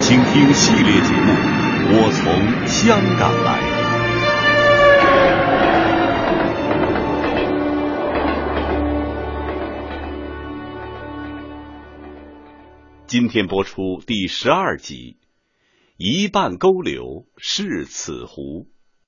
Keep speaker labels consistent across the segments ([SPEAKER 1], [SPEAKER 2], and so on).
[SPEAKER 1] 请听系列节目《我从香港来》。今天播出第12集，一半沟流是此湖。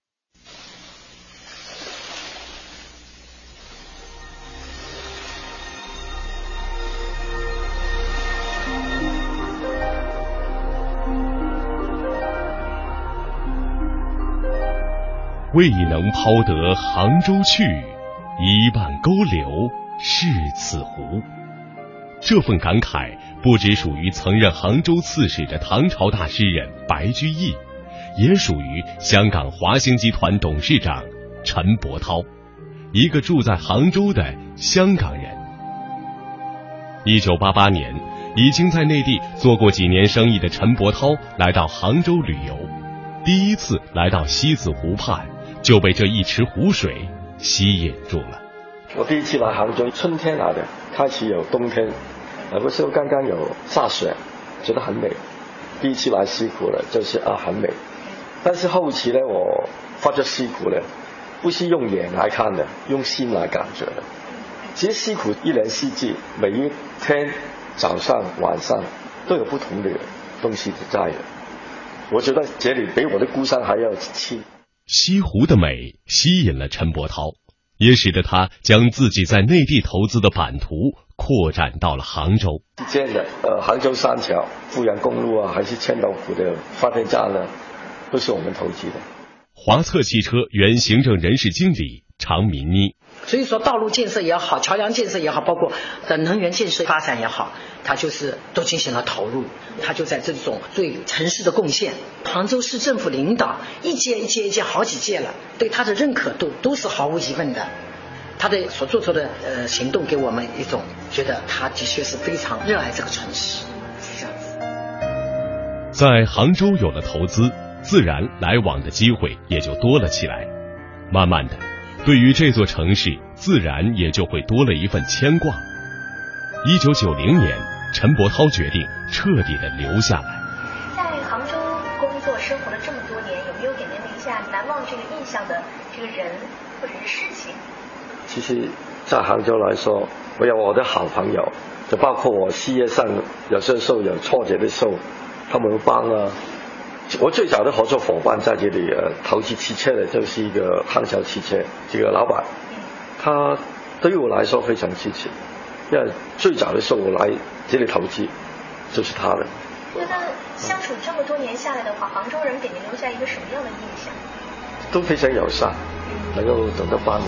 [SPEAKER 2] 未能抛得杭州去，一半沟流是此湖。这份感慨不只属于曾任杭州刺史的唐朝大诗人白居易，也属于香港华兴集团董事长陈伯涛，一个住在杭州的香港人。1988年，已经在内地做过几年生意的陈伯涛来到杭州旅游，第一次来到西子湖畔，就被这一池湖水吸引住了。
[SPEAKER 3] 我第一次来杭州，春天来的，开始有冬天，那个时候刚刚有下雪，觉得很美。第一次来西湖了，就是很美。但是后期呢，我发觉西湖呢，不是用眼来看的，用心来感觉的。其实西湖一年四季，每一天早上晚上都有不同的东西在的。我觉得这里比我的故乡还要亲。
[SPEAKER 2] 西湖的美吸引了陈伯涛，也使得他将自己在内地投资的版图扩展到了杭州。
[SPEAKER 3] 这样的杭州三桥、富阳公路还是千岛湖的发电站呢，都是我们投资的。
[SPEAKER 2] 华策汽车原行政人事经理常民妮。
[SPEAKER 4] 所以说道路建设也好，桥梁建设也好，包括的能源建设发展也好，它就是都进行了投入，它就在这种对城市的贡献。杭州市政府领导一届好几届了，对他的认可度都是毫无疑问的。他的所做出的行动给我们一种觉得他的确是非常热爱这个城市，是这样子。
[SPEAKER 2] 在杭州有了投资，自然来往的机会也就多了起来。慢慢的，对于这座城市自然也就会多了一份牵挂。1990年，陈伯涛决定彻底的留下来。
[SPEAKER 5] 在杭州工作生活了这么多年，有没有给您留下难忘这个印象的这个人或者是事情？
[SPEAKER 3] 其实在杭州来说，我有我的好朋友，就包括我事业上有些时候有挫折的时候，他们会帮啊。我最早的合作伙伴在这里投资汽车的就是一个康桥汽车这个老板，他对于我来说非常支持，因为最早的时候我来这里投资就是他的。
[SPEAKER 5] 觉得相处这么多年下来的话，杭州人给您留下一个什么样的印象？
[SPEAKER 3] 都非常友善，能够懂得帮人。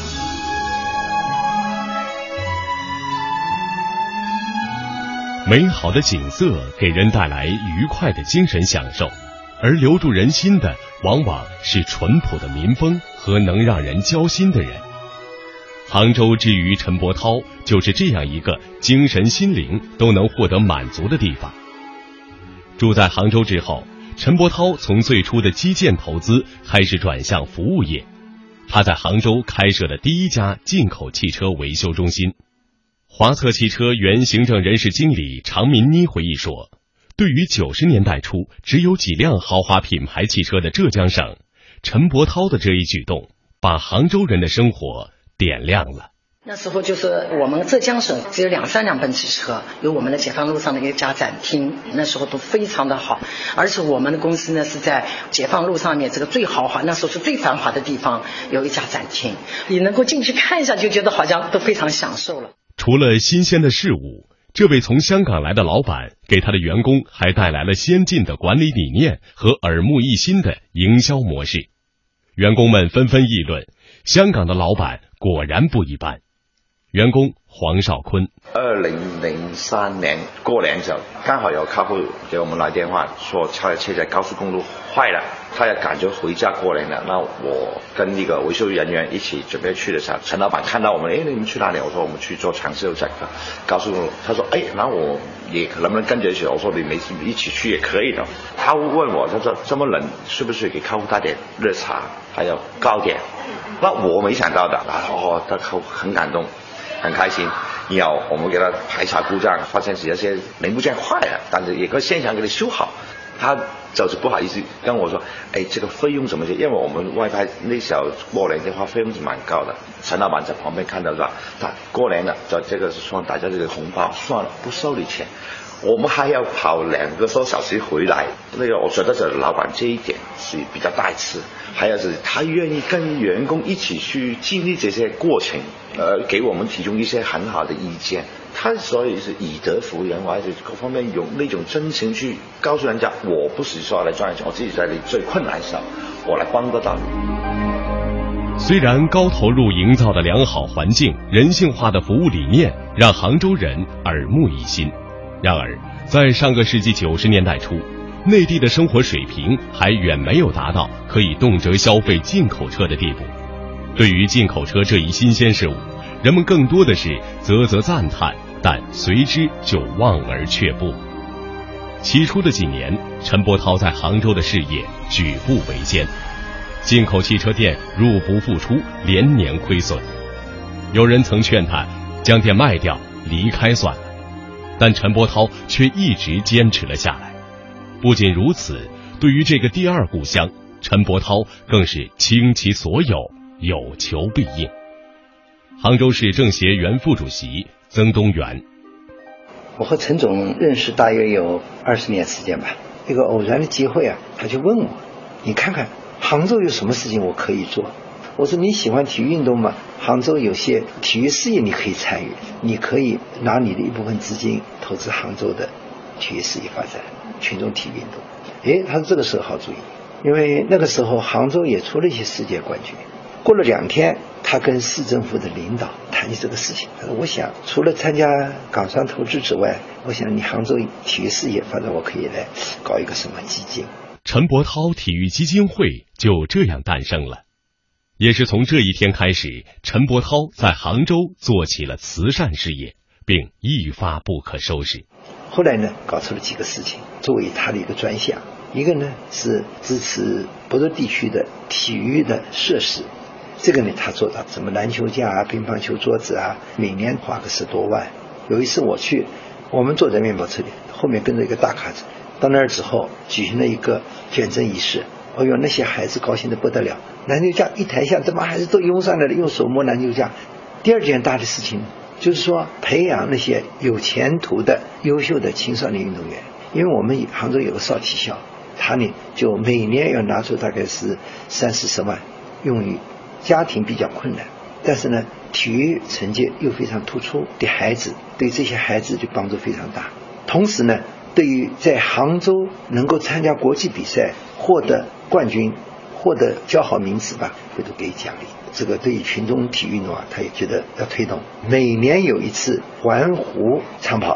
[SPEAKER 2] 美好的景色给人带来愉快的精神享受，而留住人心的往往是淳朴的民风和能让人交心的人。杭州之于陈伯涛就是这样一个精神心灵都能获得满足的地方。住在杭州之后，陈伯涛从最初的基建投资开始转向服务业。他在杭州开设了第一家进口汽车维修中心。华策汽车原行政人事经理常民妮回忆说，对于90年代初只有几辆豪华品牌汽车的浙江省，陈伯涛的这一举动把杭州人的生活点亮了。
[SPEAKER 4] 那时候就是我们浙江省只有2-3辆奔驰车，有我们的解放路上的一家展厅，那时候都非常的好。而且我们的公司呢是在解放路上面这个最豪华，那时候是最繁华的地方，有一家展厅，你能够进去看一下，就觉得好像都非常享受了。
[SPEAKER 2] 除了新鲜的事物，这位从香港来的老板给他的员工还带来了先进的管理理念和耳目一新的营销模式。员工们纷纷议论，香港的老板果然不一般。员工黄少坤
[SPEAKER 6] ，2003年过年的时候，刚好有客户给我们来电话说他的车在高速公路坏了，他也赶着回家过年了。那我跟一个维修人员一起准备去的时候，陈老板看到我们，你们去哪里？我说我们去做长寿这个高速公路。他说，那我也能不能跟着去？我说你们一起去也可以的。他问我，他说这么冷，是不是给客户带点热茶，还有糕点？那我没想到的，他客户很感动。很开心，然后我们给他排查故障，发现是有些零部件坏了，但是也可以现场给他修好。 他就是不好意思跟我说，哎，这个费用怎么结？因为我们外派那时候过年的话，费用是蛮高的。陈老板在旁边看到是吧？他过年了，这个是算大家这个红包，算了，不收你钱。我们还要跑2个多小时回来，那个我觉得这老板这一点是比较带刺，还有是他愿意跟员工一起去经历这些过程，给我们提供一些很好的意见。他所以是以德服人，或者各方面用那种真情去告诉人家，我不是说来赚钱，我自己在你最困难的时候，我来帮得到你。
[SPEAKER 2] 虽然高投入营造的良好环境、人性化的服务理念让杭州人耳目一新，然而在上个世纪90年代初，内地的生活水平还远没有达到可以动辄消费进口车的地步。对于进口车这一新鲜事物，人们更多的是啧啧赞叹，但随之就望而却步。起初的几年，陈伯涛在杭州的事业举步维艰，进口汽车店入不敷出，连年亏损。有人曾劝他将店卖掉，离开算了，但陈伯涛却一直坚持了下来。不仅如此，对于这个第二故乡，陈伯涛更是倾其所有，有求必应。杭州市政协原副主席曾东元，
[SPEAKER 7] 我和陈总认识大约有20年时间吧，一个偶然的机会啊，他就问我，你看看杭州有什么事情我可以做？我说你喜欢体育运动吗？杭州有些体育事业你可以参与，你可以拿你的一部分资金投资杭州的体育事业发展，群众体育运动。他说这个时候好主意，因为那个时候杭州也出了一些世界冠军。过了2天，他跟市政府的领导谈起这个事情，他说我想除了参加港商投资之外，我想你杭州体育事业发展我可以来搞一个什么基金。
[SPEAKER 2] 陈伯涛体育基金会就这样诞生了。也是从这一天开始，陈伯涛在杭州做起了慈善事业，并一发不可收拾。
[SPEAKER 7] 后来呢，搞出了几个事情作为他的一个专项，一个呢是支持博多地区的体育的设施，这个呢他做到什么篮球架啊、乒乓球桌子啊，每年花个10多万。有一次我去，我们坐在面包车里，后面跟着一个大卡车，到那儿之后举行了一个捐赠仪式。哎呦，那些孩子高兴得不得了，篮球架一抬下，这帮孩子都拥上来了，用手摸篮球架。第二件大的事情就是说培养那些有前途的优秀的青少年运动员。因为我们杭州有个少体校，他呢就每年要拿出大概是30-40万，用于家庭比较困难，但是呢体育成绩又非常突出的孩子，对这些孩子就帮助非常大。同时呢，对于在杭州能够参加国际比赛获得冠军、获得较好名次吧，会都给予奖励。这个对于群众体育运动啊，他也觉得要推动。每年有一次环湖长跑。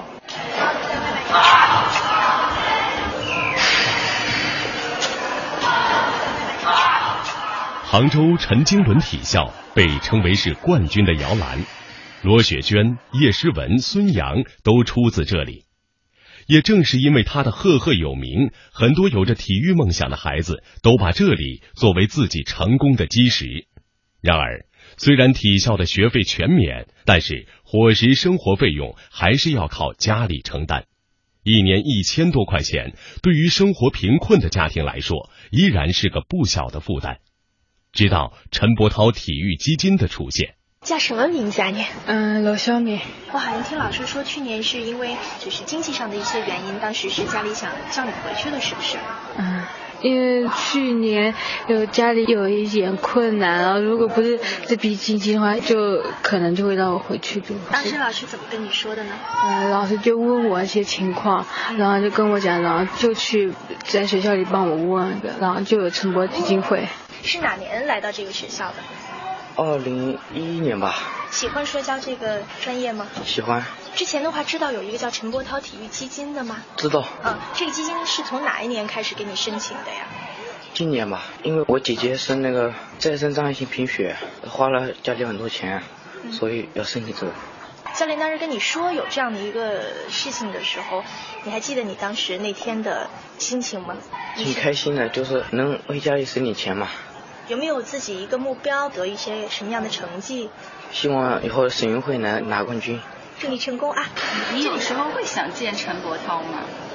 [SPEAKER 2] 杭州陈经纶体校被称为是冠军的摇篮，罗雪娟、叶诗文、孙杨都出自这里。也正是因为他的赫赫有名，很多有着体育梦想的孩子都把这里作为自己成功的基石。然而，虽然体校的学费全免，但是伙食生活费用还是要靠家里承担。1年1000多块钱，对于生活贫困的家庭来说，依然是个不小的负担。直到陈伯涛体育基金的出现。
[SPEAKER 5] 叫什么名字啊你？
[SPEAKER 8] 罗小敏。
[SPEAKER 5] 我好像听老师说去年是因为就是经济上的一些原因，当时是家里想叫你回去的，是不是？
[SPEAKER 8] 因为去年家里有一点困难，然后如果不是这笔基金的话，就可能就会让我回去读。
[SPEAKER 5] 当时老师怎么跟你说的呢？
[SPEAKER 8] 老师就问我一些情况，然后就跟我讲，然后就去在学校里帮我问的，然后就有陈伯基金会。
[SPEAKER 5] 是哪年来到这个学校的
[SPEAKER 9] ？2011年吧。
[SPEAKER 5] 喜欢社交这个专业吗？
[SPEAKER 9] 喜欢。
[SPEAKER 5] 之前的话知道有一个叫陈伯涛体育基金的吗？
[SPEAKER 9] 知道。
[SPEAKER 5] 这个基金是从哪一年开始给你申请的呀？
[SPEAKER 9] 今年吧，因为我姐姐生那个再生障碍性贫血，花了家里很多钱，所以要申请这个。
[SPEAKER 5] 教练当时跟你说有这样的一个事情的时候，你还记得你当时那天的心情吗？
[SPEAKER 9] 挺开心的，就是能为家里省点钱嘛。
[SPEAKER 5] 有没有自己一个目标，得一些什么样的成绩？
[SPEAKER 9] 希望以后省运会拿冠军。
[SPEAKER 5] 祝你成功啊！
[SPEAKER 10] 你有时候会想见陈伯涛吗？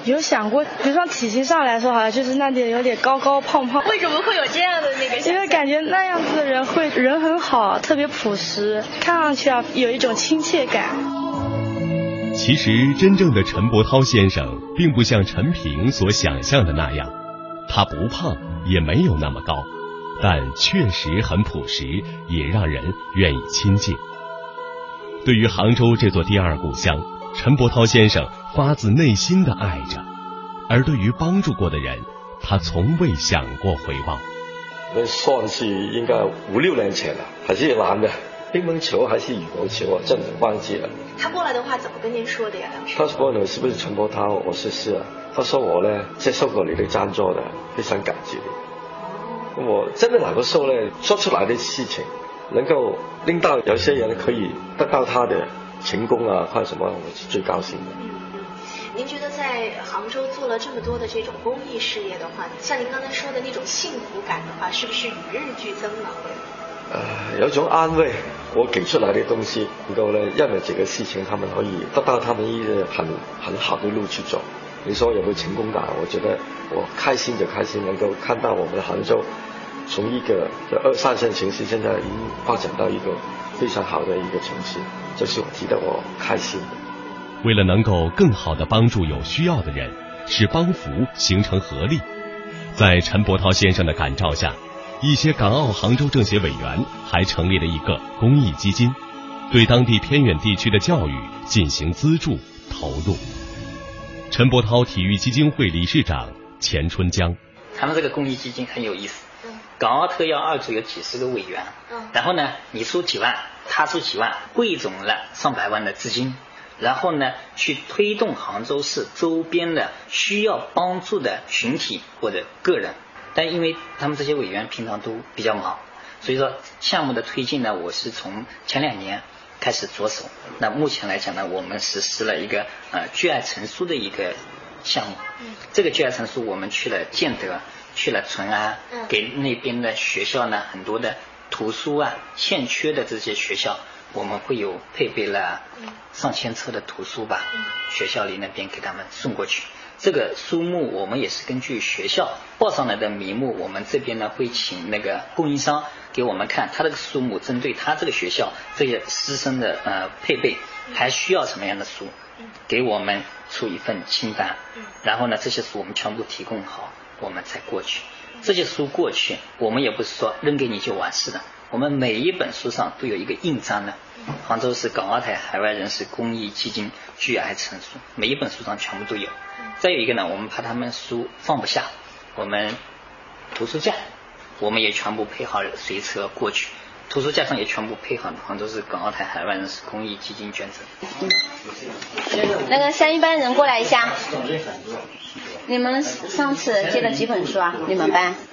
[SPEAKER 8] 有想过，比如说体型上来说，好像就是那点有点高高胖胖。
[SPEAKER 5] 为什么会有这样的那个想象？
[SPEAKER 8] 因为感觉那样子的人人很好，特别朴实，看上去有一种亲切感。
[SPEAKER 2] 其实真正的陈伯涛先生并不像陈平所想象的那样，他不胖也没有那么高，但确实很朴实，也让人愿意亲近。对于杭州这座第二故乡，陈伯涛先生发自内心的爱着，而对于帮助过的人，他从未想过回报。
[SPEAKER 3] 那算是应该5、6年前了，还是男的，乒乓球还是羽毛球，我真的忘记了。
[SPEAKER 5] 他过来的话怎么跟您说的呀？当时
[SPEAKER 3] 他说你是不是陈伯涛？我说是啊。他说我呢接受过你的赞助的，非常感激你。我真的能够说呢，说出来的事情，能够令到有些人可以得到他的成功啊，或者什么，我是最高兴的。
[SPEAKER 5] 您觉得在杭州做了这么多的这种公益事业的话，像您刚才说的那种幸福感的话，是不是与日俱增呢？
[SPEAKER 3] 有一种安慰，我给出来的东西能够呢，因为这个事情他们可以得到他们一个很好的路去走。你说有没有成功感？我觉得我开心就开心，能够看到我们的杭州从一个2、3线城市，现在已经发展到一个非常好的一个城市，这是值得我开心的。
[SPEAKER 2] 为了能够更好地帮助有需要的人，使帮扶形成合力，在陈伯涛先生的感召下，一些港澳杭州政协委员还成立了一个公益基金，对当地偏远地区的教育进行资助投入。陈伯涛体育基金会理事长钱春江，
[SPEAKER 10] 他们这个公益基金很有意思，港澳特邀2组有几十个委员，然后呢你出几万，他出几万，汇总了上百万的资金，然后呢去推动杭州市周边的需要帮助的群体或者个人。但因为他们这些委员平常都比较忙，所以说项目的推进呢，我是从前2年开始着手。那目前来讲呢，我们实施了一个聚爱成书的一个项目。这个聚爱成书我们去了建德，去了淳安，给那边的学校呢很多的图书啊欠缺的这些学校，我们会有配备了上千册的图书吧，学校里那边给他们送过去。这个书目我们也是根据学校报上来的名目，我们这边呢会请那个供应商给我们看他这个书目针对他这个学校这些师生的配备还需要什么样的书，给我们出一份清单，然后呢这些书我们全部提供好，我们才过去。这些书过去我们也不是说扔给你就完事的，我们每一本书上都有一个印章的，杭州市港澳台海外人士公益基金聚爱成书，每一本书上全部都有。再有一个呢，我们怕他们书放不下，我们图书架我们也全部配好随车过去，图书架上也全部配好杭州市港澳台海外人士公益基金捐赠。
[SPEAKER 11] 那个3一班人过来一下。你们上次借了几本书啊？你们班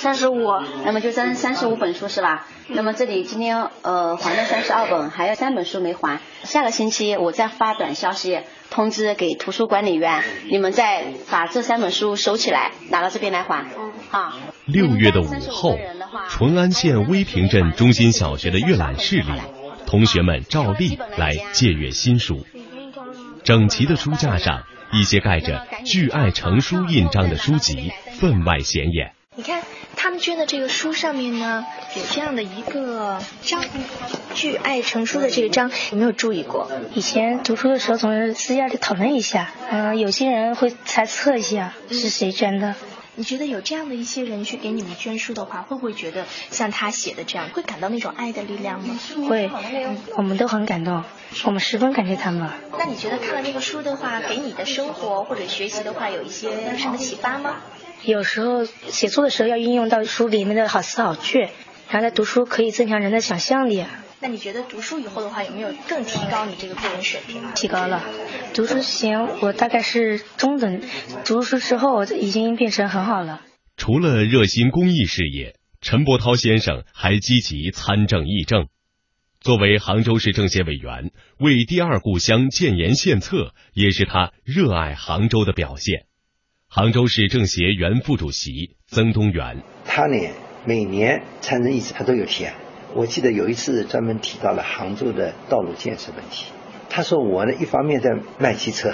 [SPEAKER 8] 35，
[SPEAKER 11] 那么就挣35本书是吧？那么这里今天还了32本，还有3本书没还。下个星期我再发短消息通知给图书管理员，你们再把这3本书收起来，拿到这边来还。好。
[SPEAKER 2] 6月的午后，淳安县威平镇中心小学的阅览室里，同学们照例来借阅新书。整齐的书架上，一些盖着聚爱成书印章的书籍分外显眼。
[SPEAKER 5] 你看他们捐的这个书上面呢，有这样的一个章，聚爱成书的这个章，有没有注意过？
[SPEAKER 8] 以前读书的时候总是私下里讨论一下，有些人会猜测一下是谁捐的。
[SPEAKER 5] 你觉得有这样的一些人去给你们捐书的话，会不会觉得像他写的这样，会感到那种爱的力量吗？
[SPEAKER 8] 会，我们都很感动，我们十分感谢他们。
[SPEAKER 5] 那你觉得看了那个书的话，给你的生活或者学习的话，有一些什么启发吗？
[SPEAKER 8] 有时候写作的时候要运用到书里面的好词好句，然后在读书可以增强人的想象力。
[SPEAKER 5] 那你觉得读书以后的话，有没有更提高你这个个人水平？
[SPEAKER 8] 提高了。读书前我大概是中等，读书之后已经变成很好了。
[SPEAKER 2] 除了热心公益事业，陈伯涛先生还积极参政议政。作为杭州市政协委员，为第二故乡建言献策，也是他热爱杭州的表现。杭州市政协原副主席曾东元，
[SPEAKER 7] 他呢每年参政议事他都有提案。我记得有一次专门提到了杭州的道路建设问题。他说我呢一方面在卖汽车，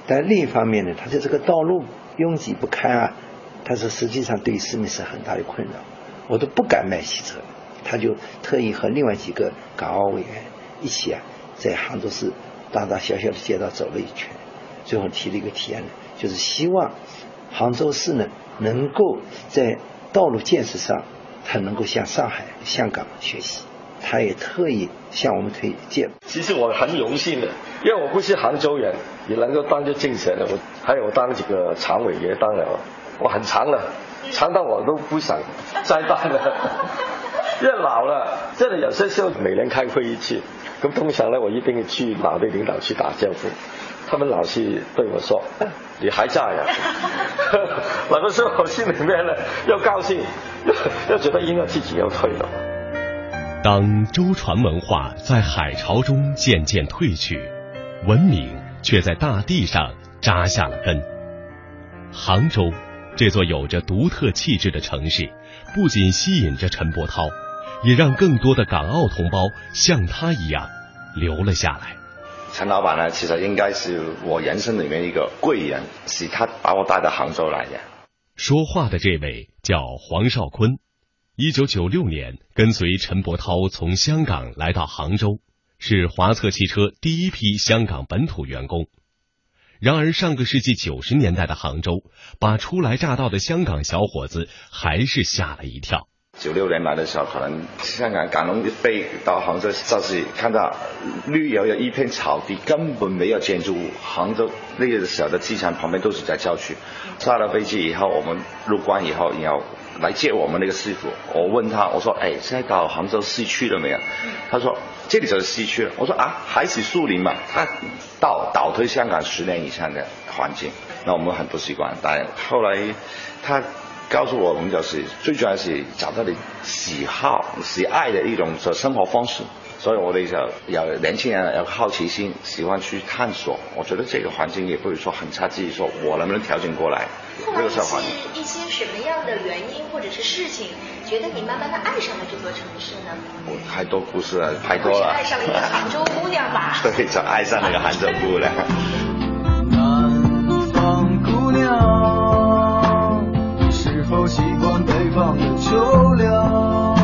[SPEAKER 7] 但另一方面呢，它的这个道路拥挤不堪啊，它是实际上对市民是很大的困扰，我都不敢卖汽车。他就特意和另外几个港澳委员一起啊，在杭州市大大小小的街道走了一圈，最后提了一个提案呢，就是希望杭州市呢能够在道路建设上，它能够向上海、香港学习。他也特意向我们推荐。
[SPEAKER 3] 其实我很荣幸的，因为我不是杭州人，也能够当这竞选的，还有我当几个常委也当了，我很长了，长到我都不想再当了。越老了，真的有些时候每年开会一次，咁通常呢，我一定去哪位领导去打招呼，他们老是对我说：“你还在呀？”那个时候我心里面呢又高兴，又觉得应该自己要退了。
[SPEAKER 2] 当舟船文化在海潮中渐渐退去，文明却在大地上扎下了根。杭州这座有着独特气质的城市，不仅吸引着陈伯涛，也让更多的港澳同胞像他一样留了下来。
[SPEAKER 6] 陈老板呢，其实应该是我人生里面一个贵人，是他把我带到杭州来的。
[SPEAKER 2] 说话的这位叫黄少坤，1996年跟随陈伯涛从香港来到杭州，是华策汽车第一批香港本土员工。然而上个世纪90年代的杭州，把初来乍到的香港小伙子还是吓了一跳。
[SPEAKER 6] 96年来的时候，可能香港港龙一飞到杭州，就是看到绿油油一片草地，根本没有建筑物。杭州那个小的机场旁边都是在郊区。下了飞机以后，我们入关以后，然后来接我们那个师傅，我问他，我说：“哎，现在到杭州西区了没有？”他说：“这里就是西区了。”我说：“啊，还是树林嘛。”他倒退香港10年以上的环境，那我们很不习惯。但后来他告诉我们，就是最主要是找到你喜好、喜爱的一种生活方式。所以我哋就有年轻人有好奇心，喜欢去探索。我觉得这个环境也不会说很差，自己说我能不能调整过来。
[SPEAKER 5] 后来是一些什么样的原因或者是事情，觉得你慢慢的爱上了这座城市呢？
[SPEAKER 6] 我太多故事了，太多了。
[SPEAKER 5] 爱上了一个杭州姑娘吧？
[SPEAKER 6] 对，就爱上那个杭州姑娘。
[SPEAKER 12] 南方姑娘，你是否习惯北方的秋凉？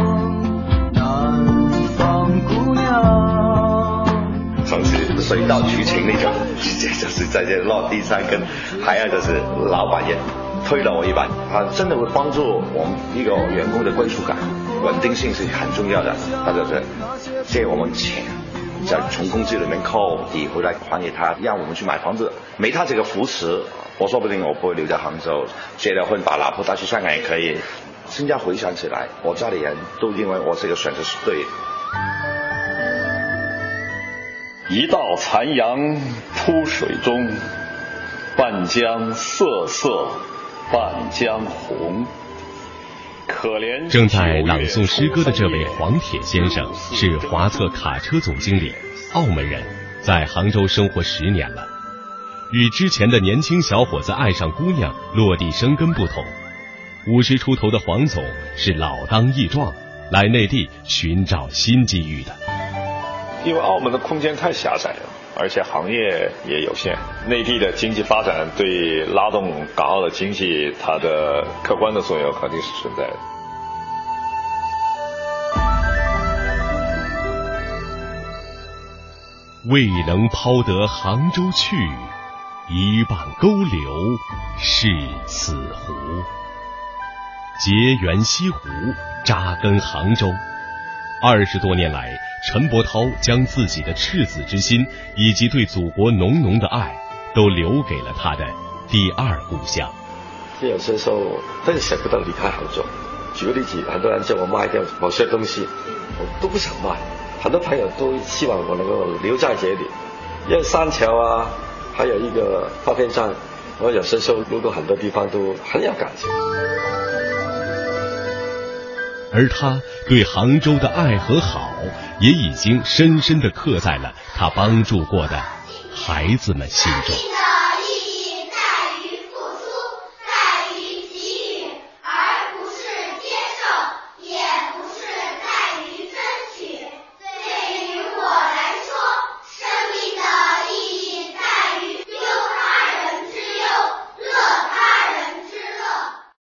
[SPEAKER 6] 总是水到渠成那种，就是在这落地生根。还有就是老板也推了我一把，他真的会帮助我们一个员工的归属感，稳定性是很重要的。他就是借我们钱，再从工资里面扣抵回来还给他，让我们去买房子。没他这个扶持，我说不定我不会留在杭州。结了婚把老婆带去香港也可以。现在回想起来，我家里人都认为我这个选择是对的。
[SPEAKER 13] 一道残阳铺水中，半江瑟瑟半江红。可怜
[SPEAKER 2] 正在朗诵诗歌的这位黄铁先生是华策卡车总经理，澳门人，在杭州生活10年了。与之前的年轻小伙子爱上姑娘落地生根不同，50出头的黄总是老当益壮，来内地寻找新机遇的。
[SPEAKER 14] 因为澳门的空间太狭窄了，而且行业也有限，内地的经济发展对拉动港澳的经济，它的客观的作用肯定是存在的。
[SPEAKER 2] 未能抛得杭州去，一傍沟流是此湖。结缘西湖，扎根杭州。20多年来，陈伯涛将自己的赤子之心以及对祖国浓浓的爱都留给了他的第二故乡。
[SPEAKER 3] 有些时候真的舍不得离开杭州。举个例子，很多人叫我卖掉某些东西，我都不想卖。很多朋友都希望我能够留在这里，因为三桥啊，还有一个发电站，我有些时候路过很多地方都很有感情。
[SPEAKER 2] 而他对杭州的爱和好，也已经深深地刻在了他帮助过的孩子们心中。